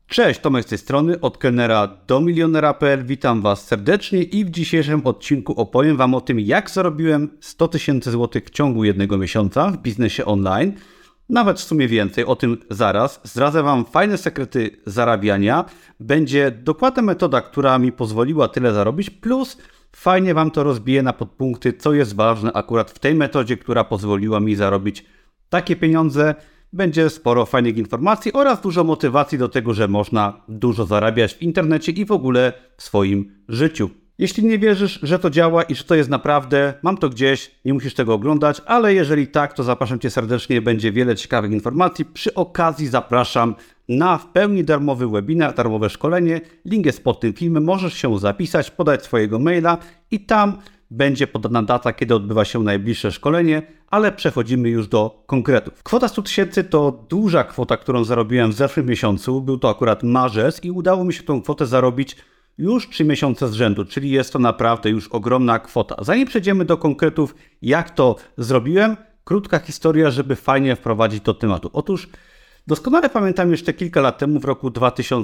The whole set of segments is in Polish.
Cześć, Tomek z tej strony, od kelnera do milionera.pl. Witam Was serdecznie i w dzisiejszym odcinku opowiem Wam o tym, jak zarobiłem 100 000 złotych w ciągu jednego miesiąca w biznesie online. Nawet w sumie więcej, o tym zaraz. Zdradzę Wam fajne sekrety zarabiania. Będzie dokładna metoda, która mi pozwoliła tyle zarobić, plus fajnie Wam to rozbiję na podpunkty, co jest ważne akurat w tej metodzie, która pozwoliła mi zarobić takie pieniądze. Będzie sporo fajnych informacji oraz dużo motywacji do tego, że można dużo zarabiać w internecie i w ogóle w swoim życiu. Jeśli nie wierzysz, że to działa i że to jest naprawdę, mam to gdzieś, nie musisz tego oglądać, ale jeżeli tak, to zapraszam Cię serdecznie, będzie wiele ciekawych informacji. Przy okazji zapraszam na w pełni darmowy webinar, darmowe szkolenie. Link jest pod tym filmem, możesz się zapisać, podać swojego maila i tam będzie podana data, kiedy odbywa się najbliższe szkolenie, ale przechodzimy już do konkretów. Kwota 100 000 to duża kwota, którą zarobiłem w zeszłym miesiącu. Był to akurat marzec i udało mi się tą kwotę zarobić już 3 miesiące z rzędu, czyli jest to naprawdę już ogromna kwota. Zanim przejdziemy do konkretów, jak to zrobiłem, krótka historia, żeby fajnie wprowadzić do tematu. Otóż doskonale pamiętam jeszcze kilka lat temu, w roku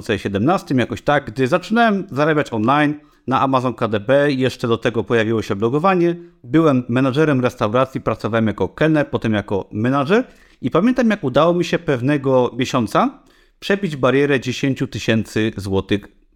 2017, jakoś tak, gdy zaczynałem zarabiać online na Amazon KDP, jeszcze do tego pojawiło się blogowanie. Byłem menadżerem restauracji, pracowałem jako kelner, potem jako menadżer i pamiętam, jak udało mi się pewnego miesiąca przebić barierę 10 000 złotych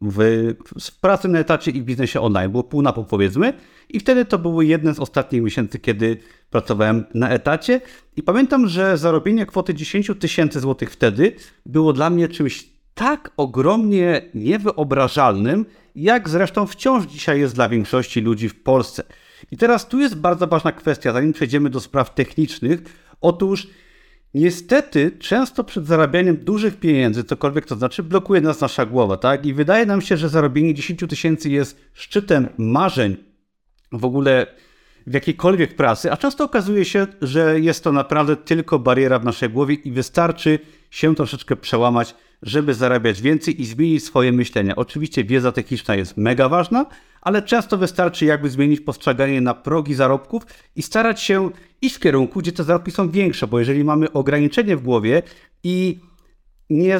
w pracy na etacie i w biznesie online. Było pół na pół, powiedzmy, i wtedy to były jedne z ostatnich miesięcy, kiedy pracowałem na etacie i pamiętam, że zarobienie kwoty 10 000 złotych wtedy było dla mnie czymś tak ogromnie niewyobrażalnym, jak zresztą wciąż dzisiaj jest dla większości ludzi w Polsce. I teraz tu jest bardzo ważna kwestia, zanim przejdziemy do spraw technicznych. Otóż niestety często przed zarabianiem dużych pieniędzy, cokolwiek to znaczy, blokuje nas nasza głowa, tak? I wydaje nam się, że zarobienie 10 000 jest szczytem marzeń w ogóle w jakiejkolwiek pracy, a często okazuje się, że jest to naprawdę tylko bariera w naszej głowie i wystarczy się troszeczkę przełamać, żeby zarabiać więcej i zmienić swoje myślenie. Oczywiście wiedza techniczna jest mega ważna, ale często wystarczy jakby zmienić postrzeganie na progi zarobków i starać się iść w kierunku, gdzie te zarobki są większe, bo jeżeli mamy ograniczenie w głowie i nie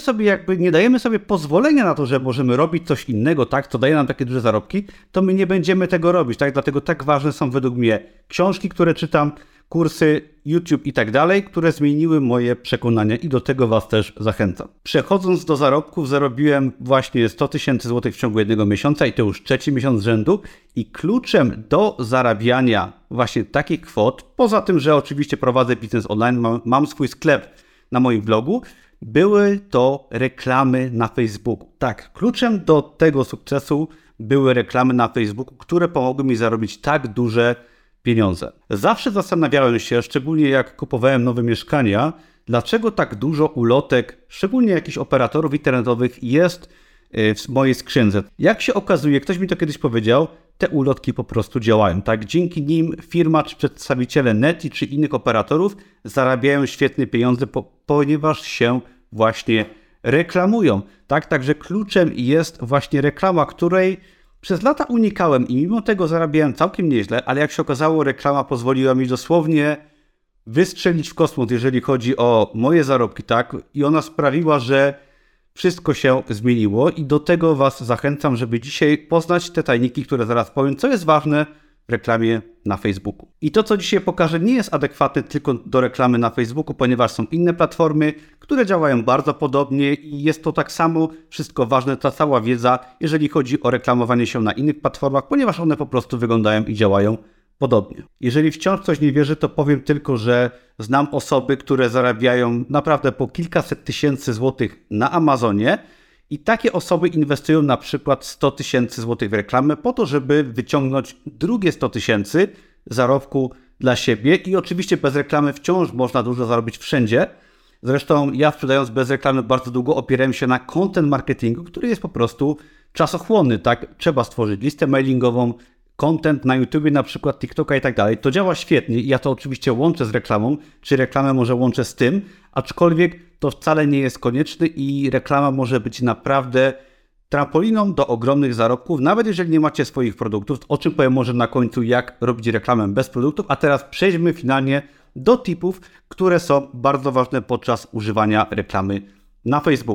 dajemy sobie pozwolenia na to, że możemy robić coś innego, tak, co daje nam takie duże zarobki, to my nie będziemy tego robić, tak? Dlatego tak ważne są według mnie książki, które czytam, kursy, YouTube i tak dalej, które zmieniły moje przekonania i do tego Was też zachęcam. Przechodząc do zarobków, zarobiłem właśnie 100 000 złotych w ciągu jednego miesiąca i to już 3. miesiąc z rzędu i kluczem do zarabiania właśnie takich kwot, poza tym, że oczywiście prowadzę biznes online, mam swój sklep na moim blogu, były to reklamy na Facebooku. Tak, kluczem do tego sukcesu były reklamy na Facebooku, które pomogły mi zarobić tak duże pieniądze. Zawsze zastanawiałem się, szczególnie jak kupowałem nowe mieszkania, dlaczego tak dużo ulotek, szczególnie jakichś operatorów internetowych jest w mojej skrzynce. Jak się okazuje, ktoś mi to kiedyś powiedział, te ulotki po prostu działają. Tak, dzięki nim firma czy przedstawiciele Neti czy innych operatorów zarabiają świetne pieniądze, ponieważ się właśnie reklamują. Tak, także kluczem jest właśnie reklama, której przez lata unikałem i mimo tego zarabiałem całkiem nieźle, ale jak się okazało, reklama pozwoliła mi dosłownie wystrzelić w kosmos, jeżeli chodzi o moje zarobki, tak? I ona sprawiła, że wszystko się zmieniło i do tego Was zachęcam, żeby dzisiaj poznać te tajniki, które zaraz powiem, co jest ważne w reklamie na Facebooku. I to, co dzisiaj pokażę, nie jest adekwatne tylko do reklamy na Facebooku, ponieważ są inne platformy, które działają bardzo podobnie i jest to tak samo wszystko ważne, ta cała wiedza, jeżeli chodzi o reklamowanie się na innych platformach, ponieważ one po prostu wyglądają i działają podobnie. Jeżeli wciąż ktoś nie wierzy, to powiem tylko, że znam osoby, które zarabiają naprawdę po kilkaset tysięcy złotych na Amazonie i takie osoby inwestują na przykład 100 000 złotych w reklamę po to, żeby wyciągnąć drugie 100 000 zarobku dla siebie i oczywiście bez reklamy wciąż można dużo zarobić wszędzie. Zresztą ja sprzedając bez reklamy bardzo długo opierałem się na content marketingu, który jest po prostu czasochłonny, tak? Trzeba stworzyć listę mailingową, content na YouTubie, na przykład TikToka i tak dalej. To działa świetnie i ja to oczywiście łączę z reklamą, czy reklamę może łączę z tym, aczkolwiek to wcale nie jest konieczne i reklama może być naprawdę trampoliną do ogromnych zarobków, nawet jeżeli nie macie swoich produktów, o czym powiem może na końcu, jak robić reklamę bez produktów, a teraz przejdźmy finalnie do tipów, które są bardzo ważne podczas używania reklamy na Facebooku.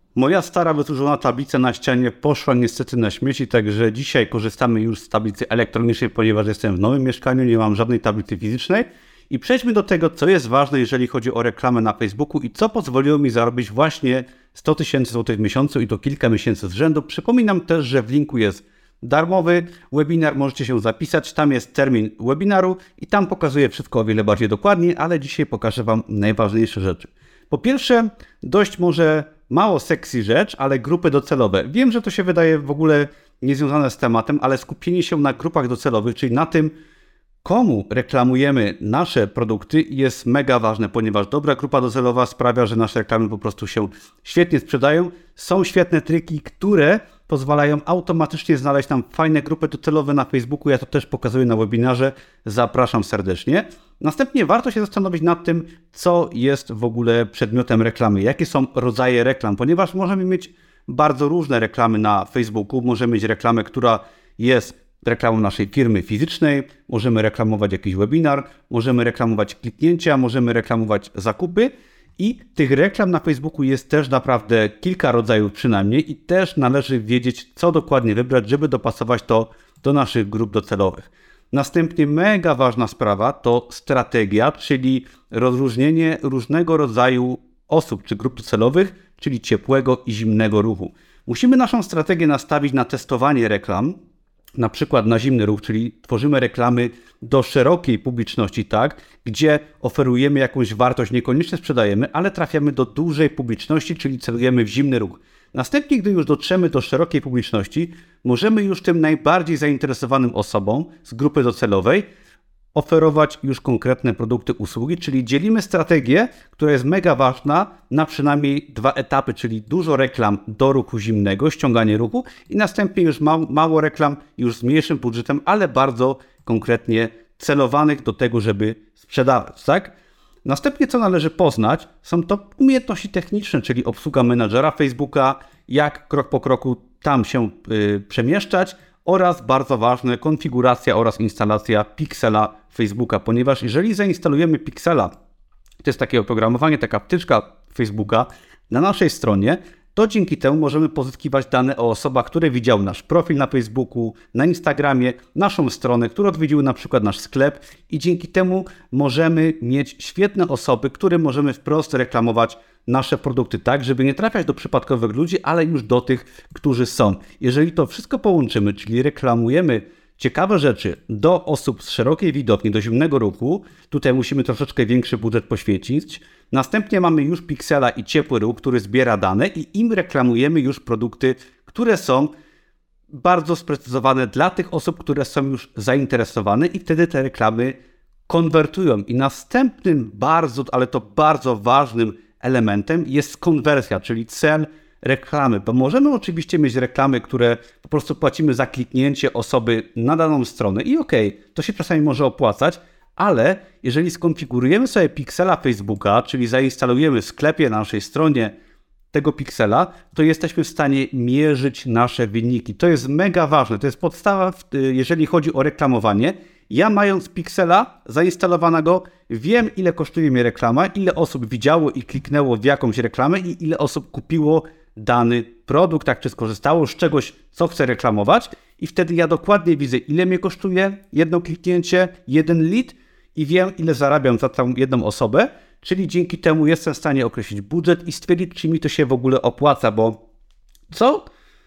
Moja stara wydłużona tablica na ścianie poszła niestety na śmieci, także dzisiaj korzystamy już z tablicy elektronicznej, ponieważ jestem w nowym mieszkaniu, nie mam żadnej tablicy fizycznej. I przejdźmy do tego, co jest ważne, jeżeli chodzi o reklamę na Facebooku i co pozwoliło mi zarobić właśnie 100 000 złotych w miesiącu i to kilka miesięcy z rzędu. Przypominam też, że w linku jest darmowy webinar, możecie się zapisać, tam jest termin webinaru i tam pokazuję wszystko o wiele bardziej dokładnie, ale dzisiaj pokażę Wam najważniejsze rzeczy. Po pierwsze, dość może mało sexy rzecz, ale grupy docelowe. Wiem, że to się wydaje w ogóle niezwiązane z tematem, ale skupienie się na grupach docelowych, czyli na tym, komu reklamujemy nasze produkty, jest mega ważne, ponieważ dobra grupa docelowa sprawia, że nasze reklamy po prostu się świetnie sprzedają. Są świetne triki, które pozwalają automatycznie znaleźć nam fajne grupy docelowe na Facebooku. Ja to też pokazuję na webinarze. Zapraszam serdecznie. Następnie warto się zastanowić nad tym, co jest w ogóle przedmiotem reklamy, jakie są rodzaje reklam, ponieważ możemy mieć bardzo różne reklamy na Facebooku. Możemy mieć reklamę, która jest reklamą naszej firmy fizycznej, możemy reklamować jakiś webinar, możemy reklamować kliknięcia, możemy reklamować zakupy i tych reklam na Facebooku jest też naprawdę kilka rodzajów przynajmniej i też należy wiedzieć, co dokładnie wybrać, żeby dopasować to do naszych grup docelowych. Następnie mega ważna sprawa to strategia, czyli rozróżnienie różnego rodzaju osób czy grup docelowych, czyli ciepłego i zimnego ruchu. Musimy naszą strategię nastawić na testowanie reklam, na przykład na zimny ruch, czyli tworzymy reklamy do szerokiej publiczności, tak, gdzie oferujemy jakąś wartość, niekoniecznie sprzedajemy, ale trafiamy do dużej publiczności, czyli celujemy w zimny ruch. Następnie, gdy już dotrzemy do szerokiej publiczności, możemy już tym najbardziej zainteresowanym osobom z grupy docelowej oferować już konkretne produkty, usługi, czyli dzielimy strategię, która jest mega ważna na przynajmniej 2 etapy, czyli dużo reklam do ruchu zimnego, ściąganie ruchu i następnie już mało reklam już z mniejszym budżetem, ale bardzo konkretnie celowanych do tego, żeby sprzedawać, tak? Następnie co należy poznać, są to umiejętności techniczne, czyli obsługa menadżera Facebooka, jak krok po kroku tam się przemieszczać, oraz bardzo ważne, konfiguracja oraz instalacja Pixela Facebooka, ponieważ jeżeli zainstalujemy Pixela, to jest takie oprogramowanie, taka wtyczka Facebooka na naszej stronie, to dzięki temu możemy pozyskiwać dane o osobach, które widziały nasz profil na Facebooku, na Instagramie, naszą stronę, które odwiedziły na przykład nasz sklep i dzięki temu możemy mieć świetne osoby, którym możemy wprost reklamować nasze produkty tak, żeby nie trafiać do przypadkowych ludzi, ale już do tych, którzy są. Jeżeli to wszystko połączymy, czyli reklamujemy ciekawe rzeczy do osób z szerokiej widowni, do zimnego ruchu, tutaj musimy troszeczkę większy budżet poświęcić. Następnie mamy już Pixela i ciepły ruch, który zbiera dane i im reklamujemy już produkty, które są bardzo sprecyzowane dla tych osób, które są już zainteresowane i wtedy te reklamy konwertują. I następnym bardzo, ale to bardzo ważnym elementem jest konwersja, czyli cel reklamy, bo możemy oczywiście mieć reklamy, które po prostu płacimy za kliknięcie osoby na daną stronę i to się czasami może opłacać, ale jeżeli skonfigurujemy sobie Pixela Facebooka, czyli zainstalujemy w sklepie na naszej stronie tego Pixela, to jesteśmy w stanie mierzyć nasze wyniki. To jest mega ważne, to jest podstawa, jeżeli chodzi o reklamowanie. Ja mając Pixela zainstalowanego, wiem ile kosztuje mnie reklama, ile osób widziało i kliknęło w jakąś reklamę i ile osób kupiło dany produkt, tak czy skorzystało z czegoś, co chcę reklamować i wtedy ja dokładnie widzę, ile mnie kosztuje jedno kliknięcie, jeden lead i wiem, ile zarabiam za tą jedną osobę, czyli dzięki temu jestem w stanie określić budżet i stwierdzić, czy mi to się w ogóle opłaca, bo co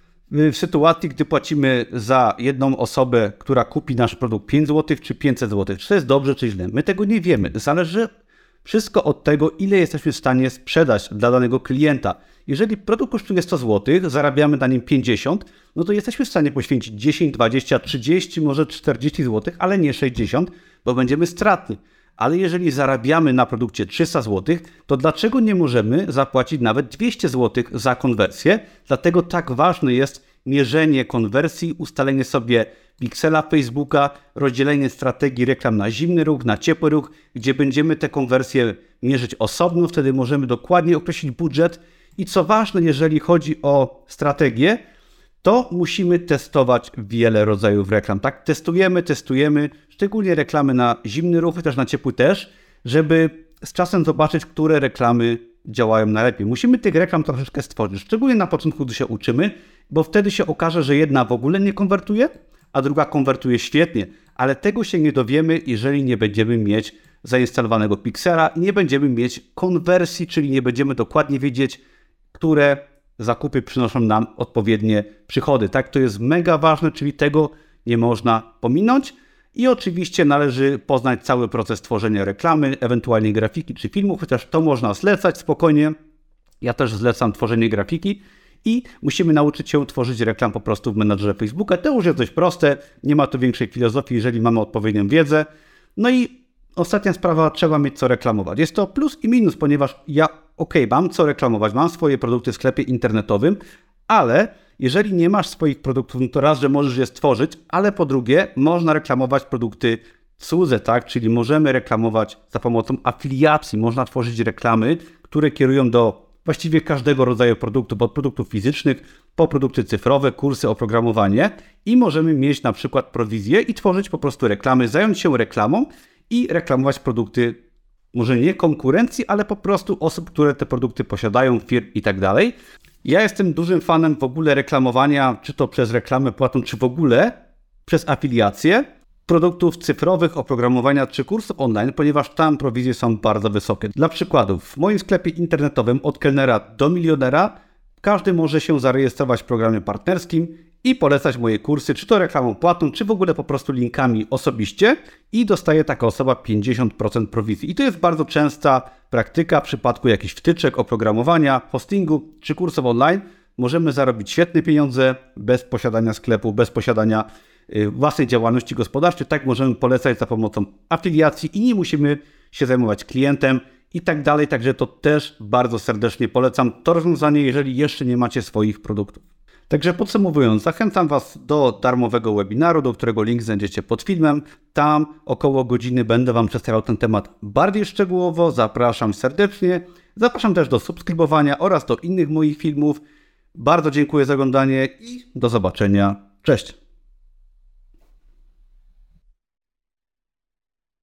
w sytuacji, gdy płacimy za jedną osobę, która kupi nasz produkt 5 zł czy 500 zł, czy to jest dobrze, czy źle? My tego nie wiemy. Zależy wszystko od tego, ile jesteśmy w stanie sprzedać dla danego klienta. Jeżeli produkt kosztuje 100 zł, zarabiamy na nim 50, no to jesteśmy w stanie poświęcić 10, 20, 30, może 40 zł, ale nie 60, bo będziemy stratni. Ale jeżeli zarabiamy na produkcie 300 zł, to dlaczego nie możemy zapłacić nawet 200 zł za konwersję? Dlatego tak ważne jest mierzenie konwersji, ustalenie sobie Pixela Facebooka, rozdzielenie strategii reklam na zimny ruch, na ciepły ruch, gdzie będziemy te konwersje mierzyć osobno, wtedy możemy dokładnie określić budżet. I co ważne, jeżeli chodzi o strategię, to musimy testować wiele rodzajów reklam. Tak, testujemy, szczególnie reklamy na zimny ruch, też na ciepły też, żeby z czasem zobaczyć, które reklamy działają najlepiej. Musimy tych reklam troszeczkę stworzyć, szczególnie na początku, gdy się uczymy, bo wtedy się okaże, że jedna w ogóle nie konwertuje, a druga konwertuje świetnie, ale tego się nie dowiemy, jeżeli nie będziemy mieć zainstalowanego Pixela i nie będziemy mieć konwersji, czyli nie będziemy dokładnie wiedzieć, które zakupy przynoszą nam odpowiednie przychody. Tak, to jest mega ważne, czyli tego nie można pominąć. I oczywiście należy poznać cały proces tworzenia reklamy, ewentualnie grafiki czy filmu, chociaż to można zlecać spokojnie. Ja też zlecam tworzenie grafiki i musimy nauczyć się tworzyć reklam po prostu w menadżerze Facebooka. To już jest dość proste, nie ma tu większej filozofii, jeżeli mamy odpowiednią wiedzę. No i ostatnia sprawa, trzeba mieć co reklamować. Jest to plus i minus, ponieważ ja mam co reklamować, mam swoje produkty w sklepie internetowym, ale jeżeli nie masz swoich produktów, no to raz, że możesz je stworzyć, ale po drugie można reklamować produkty cudze, tak? Czyli możemy reklamować za pomocą afiliacji, można tworzyć reklamy, które kierują do właściwie każdego rodzaju produktów, od produktów fizycznych po produkty cyfrowe, kursy, oprogramowanie i możemy mieć na przykład prowizję i tworzyć po prostu reklamy, zająć się reklamą i reklamować produkty, może nie konkurencji, ale po prostu osób, które te produkty posiadają, firm i tak dalej. Ja jestem dużym fanem w ogóle reklamowania, czy to przez reklamę płatną, czy w ogóle przez afiliację produktów cyfrowych, oprogramowania czy kursów online, ponieważ tam prowizje są bardzo wysokie. Dla przykładu, w moim sklepie internetowym od kelnera do milionera każdy może się zarejestrować w programie partnerskim i polecać moje kursy, czy to reklamą płatną, czy w ogóle po prostu linkami osobiście i dostaje taka osoba 50% prowizji. I to jest bardzo częsta praktyka w przypadku jakichś wtyczek, oprogramowania, hostingu czy kursów online. Możemy zarobić świetne pieniądze bez posiadania sklepu, bez posiadania własnej działalności gospodarczej. Tak możemy polecać za pomocą afiliacji i nie musimy się zajmować klientem i tak dalej. Także to też bardzo serdecznie polecam to rozwiązanie, jeżeli jeszcze nie macie swoich produktów. Także podsumowując, zachęcam Was do darmowego webinaru, do którego link znajdziecie pod filmem. Tam około godziny będę Wam przedstawiał ten temat bardziej szczegółowo. Zapraszam serdecznie. Zapraszam też do subskrybowania oraz do innych moich filmów. Bardzo dziękuję za oglądanie i do zobaczenia. Cześć!